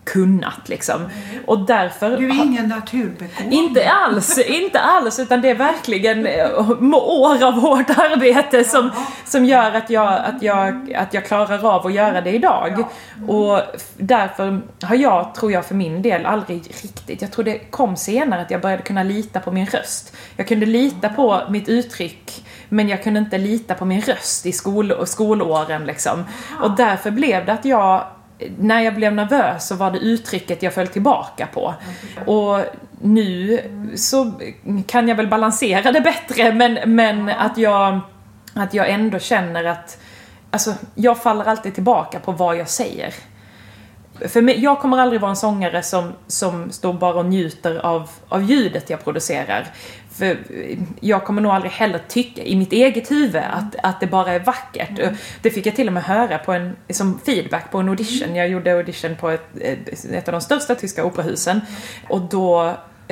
kunnat liksom. Och därför... Du är ingen naturbegåvning. Inte alls, utan det är verkligen år av hårt arbete som gör att jag klarar av att göra det idag. Och därför har tror jag för min del aldrig riktigt, jag tror det kom senare att jag började kunna lita på min röst. Jag kunde lita på mitt uttryck, men jag kunde inte lita på min röst i skolåren liksom. Och därför blev det att när jag blev nervös så var det uttrycket jag föll tillbaka på. Och nu så kan jag väl balansera det bättre, men att jag ändå känner att alltså, jag faller alltid tillbaka på vad jag säger. För mig, jag kommer aldrig vara en sångare som står bara och njuter av ljudet jag producerar. För jag kommer nog aldrig heller tycka i mitt eget huvud att det bara är vackert. Det fick jag till och med höra som feedback på en audition. Jag gjorde audition på ett av de största tyska operahusen. Och då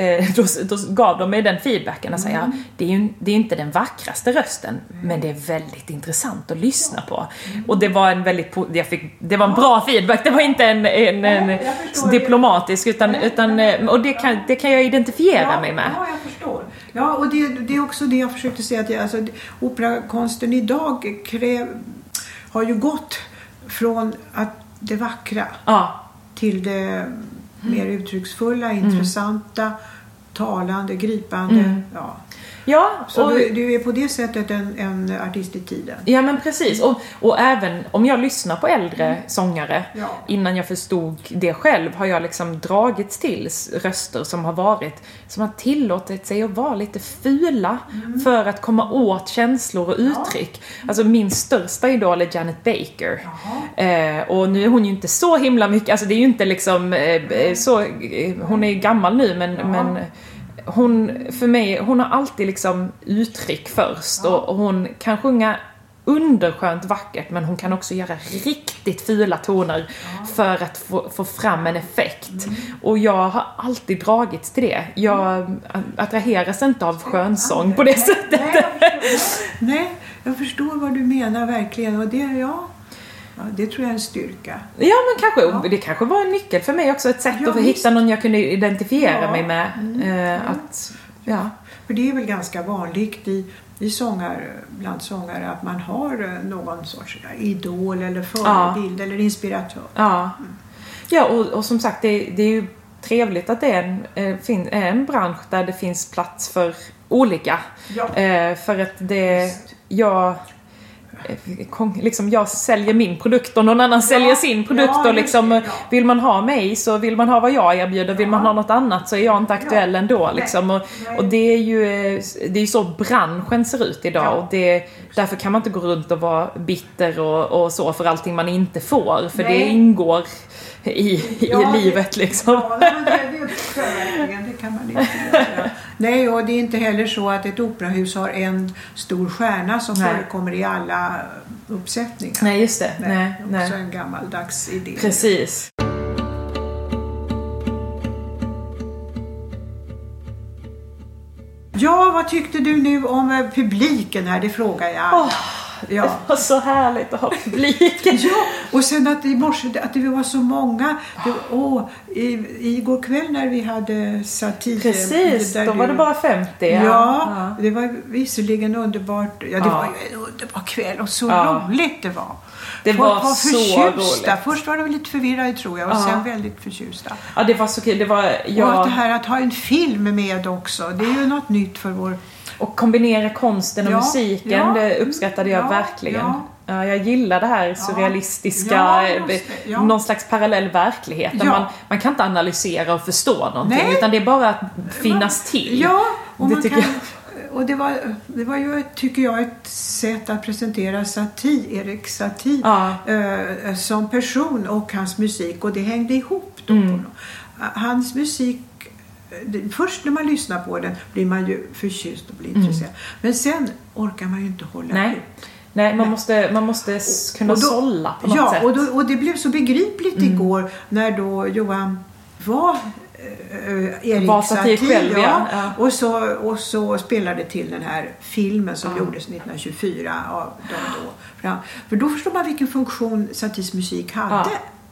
gav de mig den feedbacken och säga det är inte den vackraste rösten, men det är väldigt intressant att lyssna på. Och det var det var en bra feedback. Det var inte en diplomatisk utan och det kan jag identifiera mig med. Ja, jag förstår. Ja, och det är också det jag försökte säga att operakonsten idag har ju gått från att det vackra till det mer uttrycksfulla, intressanta, talande, gripande. Ja, så du är på det sättet en artist i tiden. Ja, men precis. Och även om jag lyssnar på äldre sångare innan jag förstod det själv, har jag liksom dragits till röster som har tillåtit sig att vara lite fula för att komma åt känslor och uttryck. Alltså min största idol är Janet Baker. Och nu är hon ju inte så himla mycket, alltså det är ju inte liksom så, hon är ju gammal nu men hon har alltid liksom uttryck först och hon kan sjunga underskönt vackert, men hon kan också göra riktigt fula toner för att få fram en effekt. Och jag har alltid dragits till det. Jag attraheras inte av skönsång på det sättet. Nej, jag förstår vad du menar verkligen, och det tror jag är en styrka. Ja, men kanske det kanske var en nyckel för mig också, ett sätt att hitta någon jag kunde identifiera mig med. För det är väl ganska vanligt bland sångare att man har någon sorts idol eller förebild eller inspiratör. Ja, och som sagt det är ju trevligt att det är en bransch där det finns plats för olika. För att jag säljer min produkt och någon annan säljer sin produkt och liksom, vill man ha mig så vill man ha vad jag erbjuder, vill man ha något annat så är jag inte aktuell ändå liksom. Och det är ju så branschen ser ut idag och därför kan man inte gå runt och vara bitter och så för allting man inte får, för det ingår i livet liksom. Det kan man inte göra. Nej, och det är inte heller så att ett operahus har en stor stjärna som förekommer i alla uppsättningar. Nej, just det. Nej. Också en gammaldags idé. Precis. Ja, vad tyckte du nu om publiken här? Det frågar jag alla. Det var så härligt att ha publiken. Och sen att i morse att det var så många. Igår kväll när vi hade satir. Precis, då var det bara 50. Ja, det var visserligen underbart. Ja, det var ju en underbar kväll och så roligt det var. Det var så roligt. Först var de lite förvirrade tror jag och sen väldigt förtjusta. Ja, det var så kul. Och att det här att ha en film med också, det är ju något nytt för vår... Och kombinera konsten och musiken, det uppskattade jag verkligen. Ja, jag gillar det här surrealistiska, någon slags parallell verklighet där man kan inte analysera och förstå någonting, utan det är bara att finnas till. Ja, och det tycker jag. Och det var ju, tycker jag, ett sätt att presentera Erik Satie som person och hans musik, och det hängde ihop då. Hans musik, först när man lyssnar på den blir man ju förtjust och blir intresserad. Men sen orkar man ju inte hålla ut. Nej, man måste kunna sålla på något sätt. Ja, och det blev så begripligt igår när då Johan var Erik Satie själv, och så spelade till den här filmen som gjordes 1924 av dem då. För då förstår man vilken funktion Saties musik hade.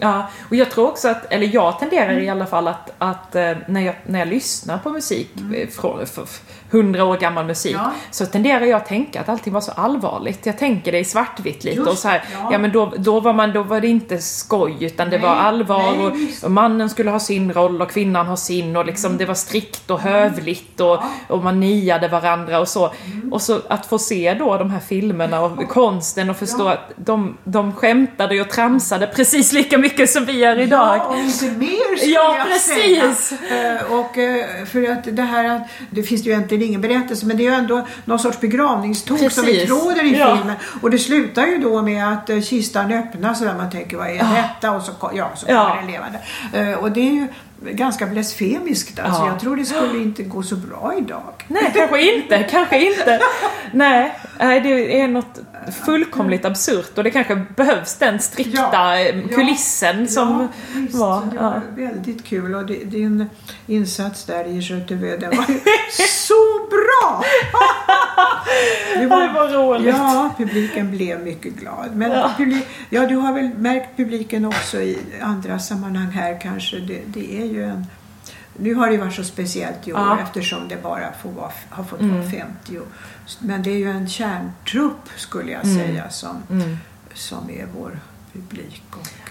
Ja, och jag tror också att, eller jag tenderar i alla fall att när jag lyssnar på musik från 100 år gammal musik, så tenderar jag att tänka att allting var så allvarligt. Jag tänker det i svartvitt lite och så här, men då var det inte skoj, utan det var allvar och mannen skulle ha sin roll och kvinnan har sin, och liksom det var strikt och hövligt och man niade varandra och så. Och så att få se då de här filmerna och konsten och förstå att de skämtade och tramsade precis lika mycket som vi gör idag. Ja, och inte mer skulle jag precis. säga. Och för att det finns ju egentligen ingen berättelse, men det är ju ändå någon sorts begravningståg som vi tråder i filmen. Och det slutar ju då med att kistan öppnas så där man tänker, vad är detta? Och så kommer den levande. Och det är ju ganska blasfemiskt. Alltså, jag tror det skulle inte gå så bra idag. Nej, kanske inte. Nej, det är något fullkomligt absurt, och det kanske behövs den strikta kulissen som var. Det var väldigt kul, och din insats där i Göteborg, den var ju så bra! Det var roligt. Ja, publiken blev mycket glad. Men du har väl märkt publiken också i andra sammanhang här kanske. Det är ju nu har det varit så speciellt i år eftersom det bara har fått vara 50. Men det är ju en kärntrupp skulle jag säga som är vår publik.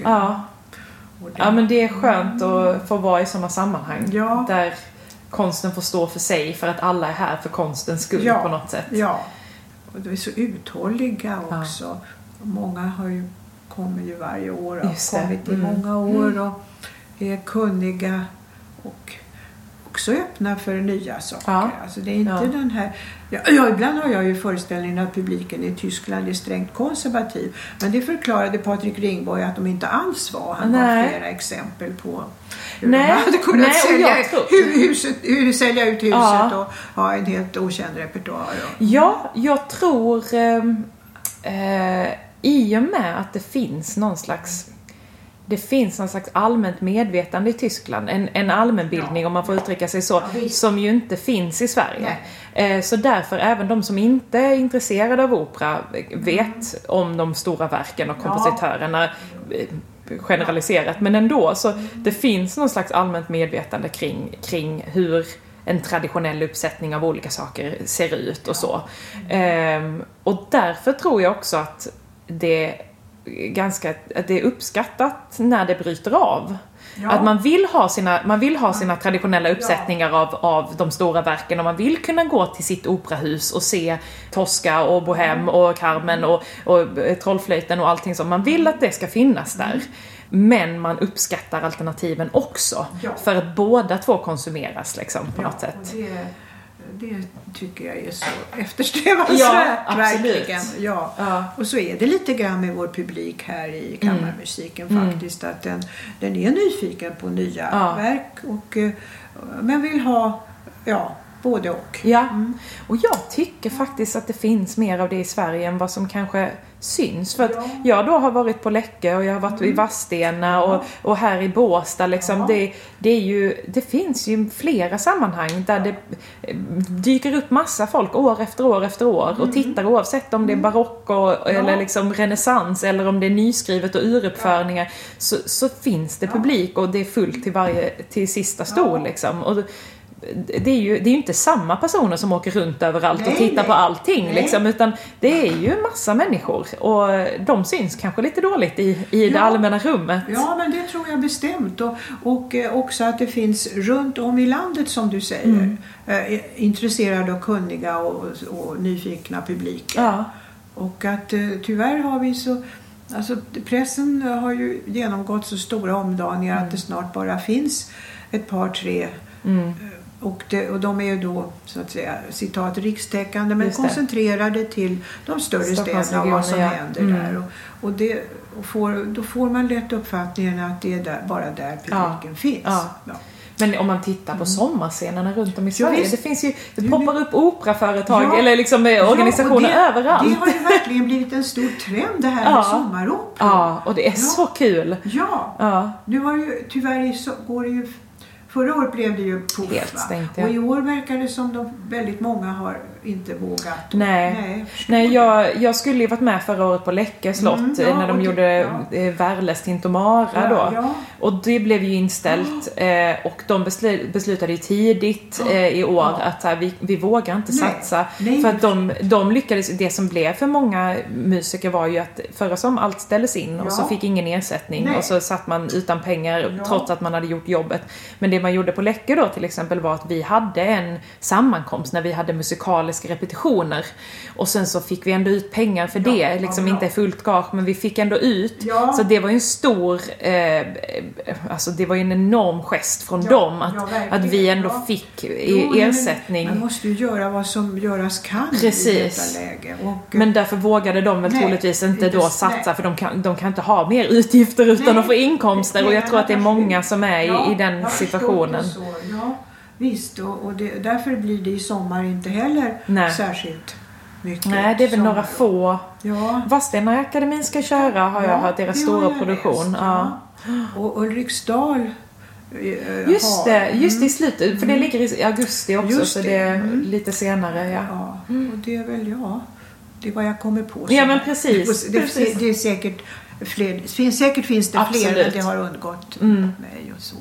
Men det är skönt att få vara i sådana sammanhang där konsten får stå för sig, för att alla är här för konstens skull på något sätt. Ja, och de är så uthålliga också. Många kommer ju varje år och har kommit i många år och är kunniga och också öppna för nya saker. Alltså det är inte den här... ibland har jag ju föreställningen att publiken i Tyskland är strängt konservativ. Men det förklarade Patrik Ringborg att de inte alls var. Han gav flera exempel på hur de hade kunnat sälja ut huset och ha en helt okänd repertoar. Ja, jag tror i och med att det finns någon slags allmänt medvetande i Tyskland. En allmänbildning, om man får uttrycka sig så, som ju inte finns i Sverige. Så därför, även de som inte är intresserade av opera vet om de stora verken och kompositörerna generaliserat. Men ändå, så det finns någon slags allmänt medvetande kring hur en traditionell uppsättning av olika saker ser ut och så. Och därför tror jag också att det är uppskattat när det bryter av. Att man vill ha sina traditionella uppsättningar av de stora verken, och man vill kunna gå till sitt operahus och se Tosca och Bohème och Carmen och Trollflöjten och allting som man vill att det ska finnas där. Men man uppskattar alternativen också för att båda två konsumeras liksom, på något sätt. Det tycker jag är så eftersträvansvärt. Verkligen. Och så är det lite grann med vår publik här i kammarmusiken faktiskt, att den är nyfiken på nya verk men vill ha både och. Och jag tycker faktiskt att det finns mer av det i Sverige än vad som kanske syns. För att jag då har varit på Läckö och jag har varit i Vadstena och här i Båstad liksom. Det finns ju flera sammanhang där det dyker upp massa folk år efter år och tittar, oavsett om det är barock eller liksom renässans eller om det är nyskrivet och uruppförningar, så finns det publik och det är fullt till sista stol liksom. Och det är ju inte samma personer som åker runt överallt och tittar på allting liksom, utan det är ju en massa människor och de syns kanske lite dåligt i det allmänna rummet. Ja, men det tror jag bestämt, och också att det finns runt om i landet, som du säger, intresserade och kunniga och nyfikna publiker. Och att tyvärr har vi pressen har ju genomgått så stora omdaningar att det snart bara finns ett par, tre och de är ju då, så att säga, citat, rikstäckande, men koncentrerade till de större städerna och vad som händer där. Då får man lätt uppfattningen att det är bara där publiken finns. Men om man tittar på sommarscenerna runt om i Sverige, det poppar upp operaföretag eller liksom organisationer överallt. Det har ju verkligen blivit en stor trend, det här med sommaropera. Ja, och det är så kul. Nu har ju tyvärr går det ju. Förra året blev det ju helt stängt, och i år verkar det som väldigt många har inte vågat. Nej, jag skulle ju varit med förra året på Läckö slott när de gjorde Värles Tintomara då. Ja. Och det blev ju inställt och de beslutade ju tidigt i år att vi vågar inte satsa. För att de lyckades, det som blev för många musiker var ju att förra som allt ställdes in och så fick ingen ersättning och så satt man utan pengar trots att man hade gjort jobbet. Men det man gjorde på Läckö då till exempel var att vi hade en sammankomst när vi hade musikaliska repetitioner och sen så fick vi ändå ut pengar för det, liksom inte fullt gage, men vi fick ändå ut, så det var ju en stor alltså det var ju en enorm gest från dem att vi ändå fick ersättning. Man måste ju göra vad som göras kan i detta läge. Men därför vågade de väl troligtvis inte då satsa, för de kan inte ha mer utgifter utan att få inkomster, och jag tror att det är många som är i den situationen. Ja, visst, och därför blir det i sommar inte heller särskilt mycket. Nej, det är väl några få. Vadstena Akademin ska köra, har jag hört, deras stora produktion. Och Ulriksdal just det i slutet, för det ligger i augusti också, så det är lite senare. Och det är väl det är vad jag kommer på. Ja, men precis. Det är säkert fler. Säkert finns det Absolut. fler, men det har undgått mig och så.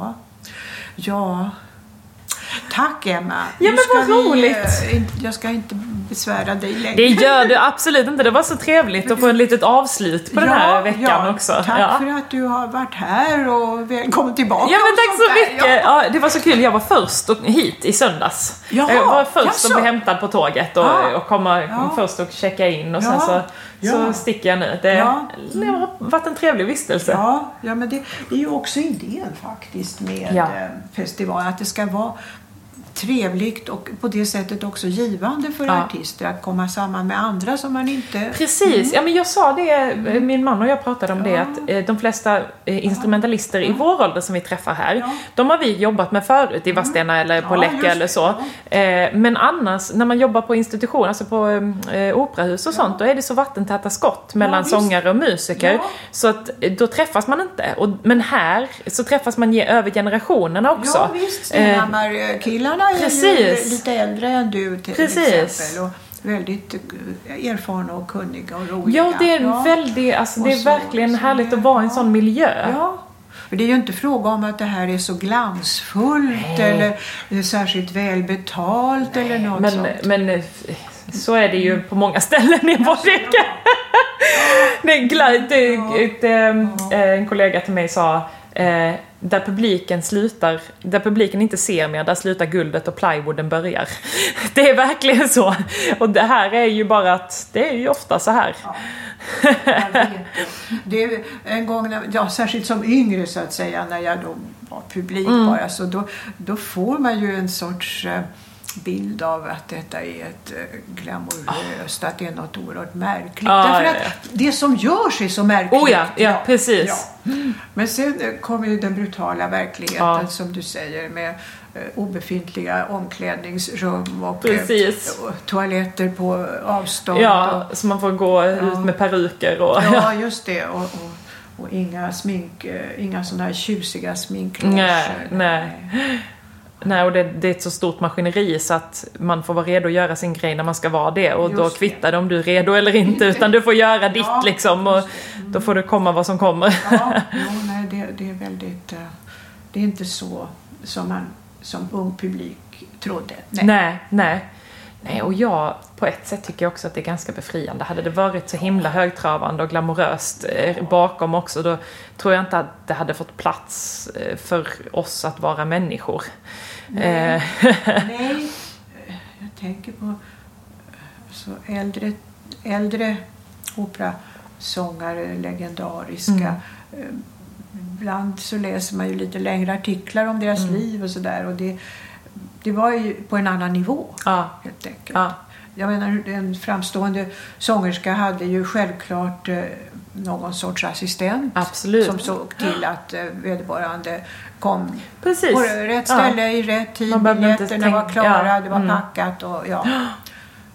Ja. Tack, Emma. Ja, men vad roligt. Jag ska inte besvära dig längre. Det gör du absolut inte. Det var så trevligt att få ett litet avslut på den här veckan också. Tack för att du har varit här och välkommen tillbaka. Ja, men tack så mycket. Ja, det var så kul. Jag var först hit i söndags. Jag var först och blev hämtad på tåget och komma först och checka in och sen så sticker jag nu. Det har varit en trevlig vistelse. Ja, men det är ju också idén faktiskt med festival, att det ska vara trevligt och på det sättet också givande för artister att komma samman med andra som man inte... Precis, ja, men jag sa det, min man och jag pratade om det, att de flesta instrumentalister i vår ålder som vi träffar här, de har vi jobbat med förut i Vadstena eller på Läckö eller så. Men annars, när man jobbar på institutioner, alltså på operahus och sånt, då är det så vattentäta skott mellan sångare och musiker, så att då träffas man inte. Men här så träffas man över generationerna också. Ja, visst, Stenhammar-killarna är ju lite äldre än du till exempel, och väldigt erfarna och kunniga och roliga. Ja, det är väldigt, alltså det är verkligen härligt att vara i en sån miljö. Ja. För det är ju inte fråga om att det här är så glansfullt eller särskilt välbetalt eller något sånt. Men så är det ju på många ställen i vår vecka. En kollega till mig sa, där publiken inte ser mer, där slutar guldet och plywooden börjar. Det är verkligen så. Och det här är ju bara att det är ju ofta så här. Jag vet. Det är en gång, särskilt som yngre så att säga, när jag då var publik bara, så då får man ju en sorts bild av att detta är ett glamoröst, att det är något oerhört märkligt. Därför att det som görs är så märkligt. Ja, precis. Ja. Men sen kommer ju den brutala verkligheten som du säger, med obefintliga omklädningsrum och toaletter på avstånd. Ja, så man får gå ut med peruker. Ja, just det. Och inga sådana här tjusiga sminkloger. Nej, och det är ett så stort maskineri så att man får vara redo att göra sin grej när man ska vara det. Och då kvittar det om du är redo eller inte, utan du får göra ditt liksom, och då får det komma vad som kommer. Det är väldigt... Det är inte så som man som ung publik trodde. Nej, och jag på ett sätt tycker jag också att det är ganska befriande. Hade det varit så himla högtravande och glamoröst bakom också, då tror jag inte att det hade fått plats för oss att vara människor. Nej. Jag tänker på så äldre operasångare, legendariska. Ibland så läser man ju lite längre artiklar om deras liv och sådär, och det var ju på en annan nivå helt enkelt. Jag menar, en framstående sångerska hade ju självklart någon sorts assistent. Absolut. Som såg till att vederbörande kom på rätt ställe i rätt tid. Biljetterna var klara, det var packat och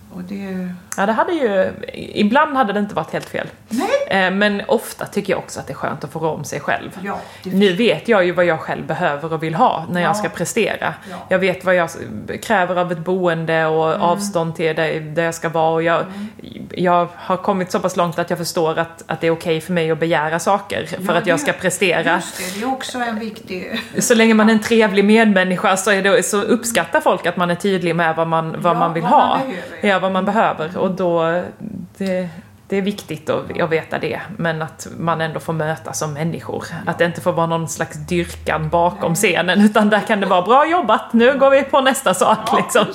Och det... Ja, det hade ju... Ibland hade det inte varit helt fel. Nej. Men ofta tycker jag också att det är skönt att få rå om sig själv. Ja, nu vet jag ju vad jag själv behöver och vill ha när jag ska prestera. Ja. Jag vet vad jag kräver av ett boende och avstånd till där jag ska vara. Och jag har kommit så pass långt att jag förstår att det är okej för mig att begära saker för att jag ska prestera. Just det är också en viktig... Så länge man är en trevlig medmänniska så uppskattar folk att man är tydlig med vad man vill ha. Vad man behöver. Och då... Det är viktigt att veta det, men att man ändå får mötas som människor. Att det inte får vara någon slags dyrkan bakom scenen, utan där kan det vara bra jobbat, nu går vi på nästa sak liksom.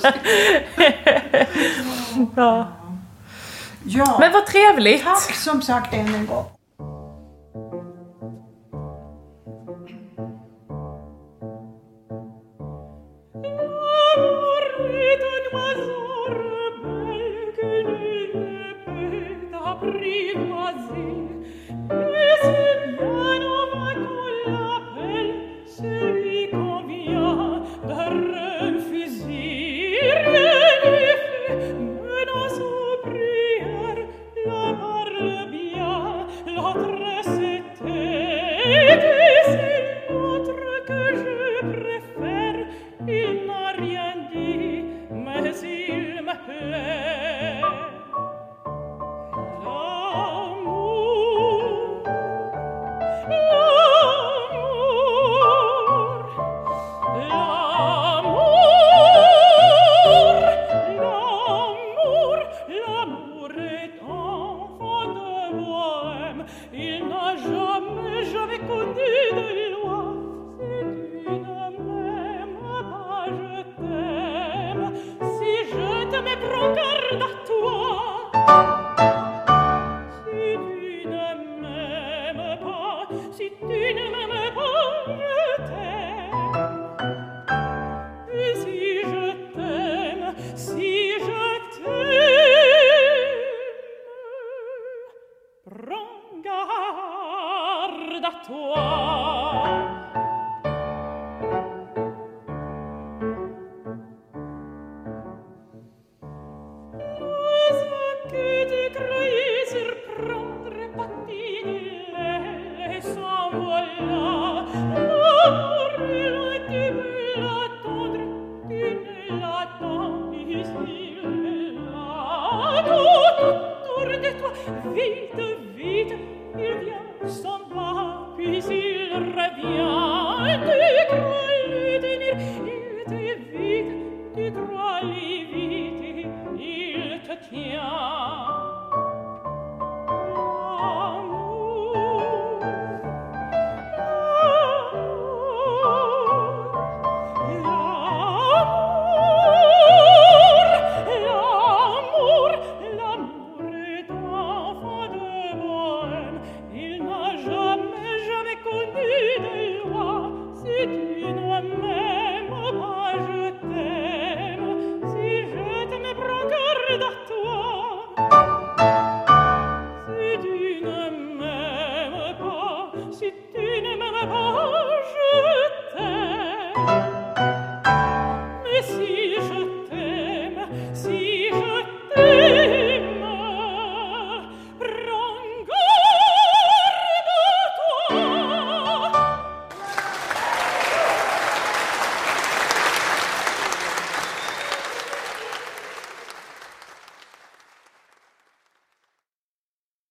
Ja. Men vad trevligt! Tack som sagt än en gång. Vite, il vient s'en va, puis il revient, tu crois